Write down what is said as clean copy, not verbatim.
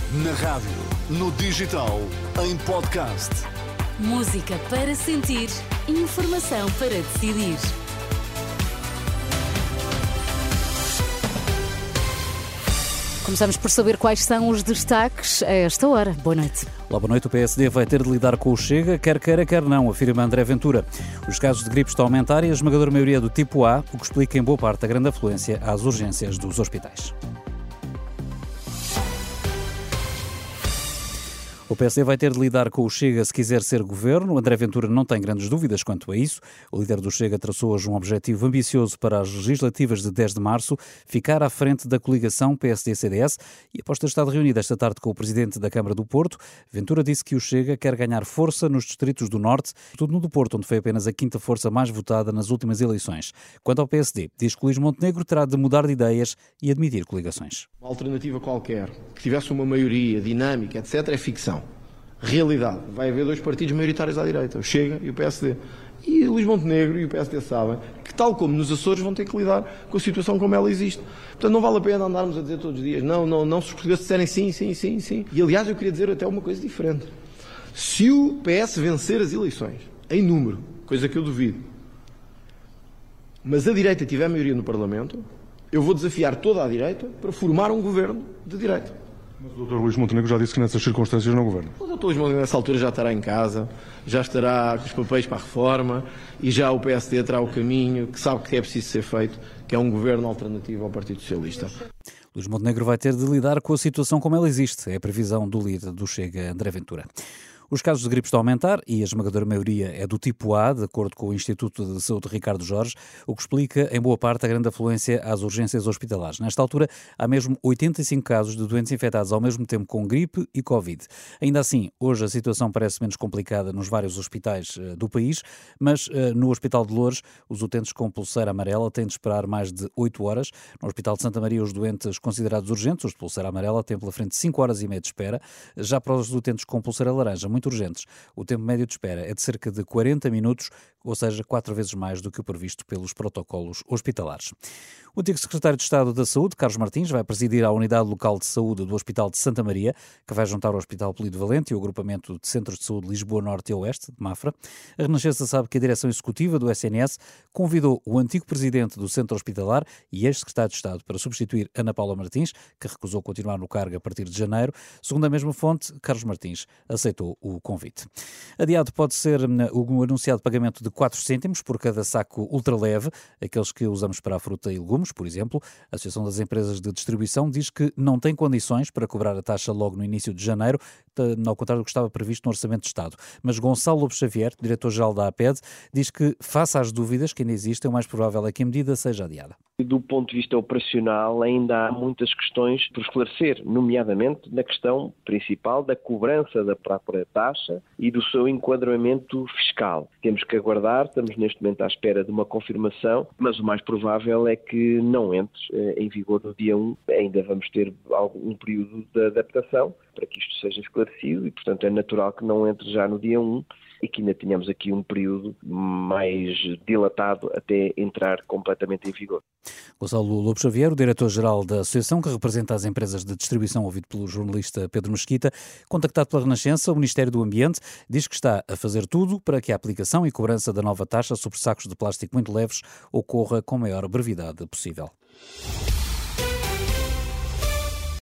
Na rádio, no digital, em podcast. Música para sentir, informação para decidir. Começamos por saber quais são os destaques a esta hora. Boa noite. Olá, boa noite. O PSD vai ter de lidar com o Chega, quer queira, quer não, afirma André Ventura. Os casos de gripe estão a aumentar e a esmagadora maioria do tipo A, o que explica em boa parte a grande afluência às urgências dos hospitais. O PSD vai ter de lidar com o Chega se quiser ser governo. André Ventura não tem grandes dúvidas quanto a isso. O líder do Chega traçou hoje um objetivo ambicioso para as legislativas de 10 de março, ficar à frente da coligação PSD-CDS. E após ter estado reunido esta tarde com o presidente da Câmara do Porto, Ventura disse que o Chega quer ganhar força nos distritos do Norte, tudo no do Porto, onde foi apenas a quinta força mais votada nas últimas eleições. Quanto ao PSD, diz que Luís Montenegro terá de mudar de ideias e admitir coligações. Uma alternativa qualquer, que tivesse uma maioria dinâmica, etc., é ficção. Realidade. Vai haver dois partidos maioritários à direita, o Chega e o PSD. E Luís Montenegro e o PSD sabem que, tal como nos Açores, vão ter que lidar com a situação como ela existe. Portanto, não vale a pena andarmos a dizer todos os dias não, se os portugueses disserem sim. E, aliás, eu queria dizer até uma coisa diferente. Se o PS vencer as eleições, em número, coisa que eu duvido, mas a direita tiver maioria no Parlamento, eu vou desafiar toda a direita para formar um governo de direita. Mas o Dr. Luís Montenegro já disse que nessas circunstâncias não governa. O Dr. Luís Montenegro nessa altura já estará em casa, já estará com os papéis para a reforma e já o PSD terá o caminho que sabe que é preciso ser feito, que é um governo alternativo ao Partido Socialista. Luís Montenegro vai ter de lidar com a situação como ela existe. É a previsão do líder do Chega, André Ventura. Os casos de gripe estão a aumentar e a esmagadora maioria é do tipo A, de acordo com o Instituto de Saúde Ricardo Jorge, o que explica, em boa parte, a grande afluência às urgências hospitalares. Nesta altura, há mesmo 85 casos de doentes infectados ao mesmo tempo com gripe e Covid. Ainda assim, hoje a situação parece menos complicada nos vários hospitais do país, mas no Hospital de Loures, os utentes com pulseira amarela têm de esperar mais de 8 horas. No Hospital de Santa Maria, os doentes considerados urgentes, os de pulseira amarela, têm pela frente 5 horas e meia de espera. Já para os utentes com pulseira laranja, muito urgentes, o tempo médio de espera é de cerca de 40 minutos, ou seja, 4 vezes mais do que o previsto pelos protocolos hospitalares. O antigo secretário de Estado da Saúde, Carlos Martins, vai presidir a unidade local de saúde do Hospital de Santa Maria, que vai juntar o Hospital Polivalente e o agrupamento de centros de saúde Lisboa Norte e Oeste, de Mafra. A Renascença sabe que a direção executiva do SNS convidou o antigo presidente do centro hospitalar e ex-secretário de Estado para substituir Ana Paula Martins, que recusou continuar no cargo a partir de janeiro. Segundo a mesma fonte, Carlos Martins aceitou o convite. Adiado pode ser o anunciado pagamento de 4 cêntimos por cada saco ultraleve, aqueles que usamos para a fruta e legumes, por exemplo. A Associação das Empresas de Distribuição diz que não tem condições para cobrar a taxa logo no início de janeiro, ao contrário do que estava previsto no Orçamento de Estado. Mas Gonçalo Lopes Xavier, diretor-geral da APED, diz que, face às dúvidas que ainda existem, o mais provável é que a medida seja adiada. Do ponto de vista operacional, ainda há muitas questões por esclarecer, nomeadamente na questão principal da cobrança da própria taxa e do seu enquadramento fiscal. Temos que aguardar, estamos neste momento à espera de uma confirmação, mas o mais provável é que não entre em vigor no dia 1. Ainda vamos ter um período de adaptação para que isto seja esclarecido e, portanto, é natural que não entre já no dia 1 e que ainda tenhamos aqui um período mais dilatado até entrar completamente em vigor. Gonçalo Lopes Xavier, o diretor-geral da Associação, que representa as empresas de distribuição, ouvido pelo jornalista Pedro Mesquita, contactado pela Renascença, o Ministério do Ambiente diz que está a fazer tudo para que a aplicação e cobrança da nova taxa sobre sacos de plástico muito leves ocorra com a maior brevidade possível.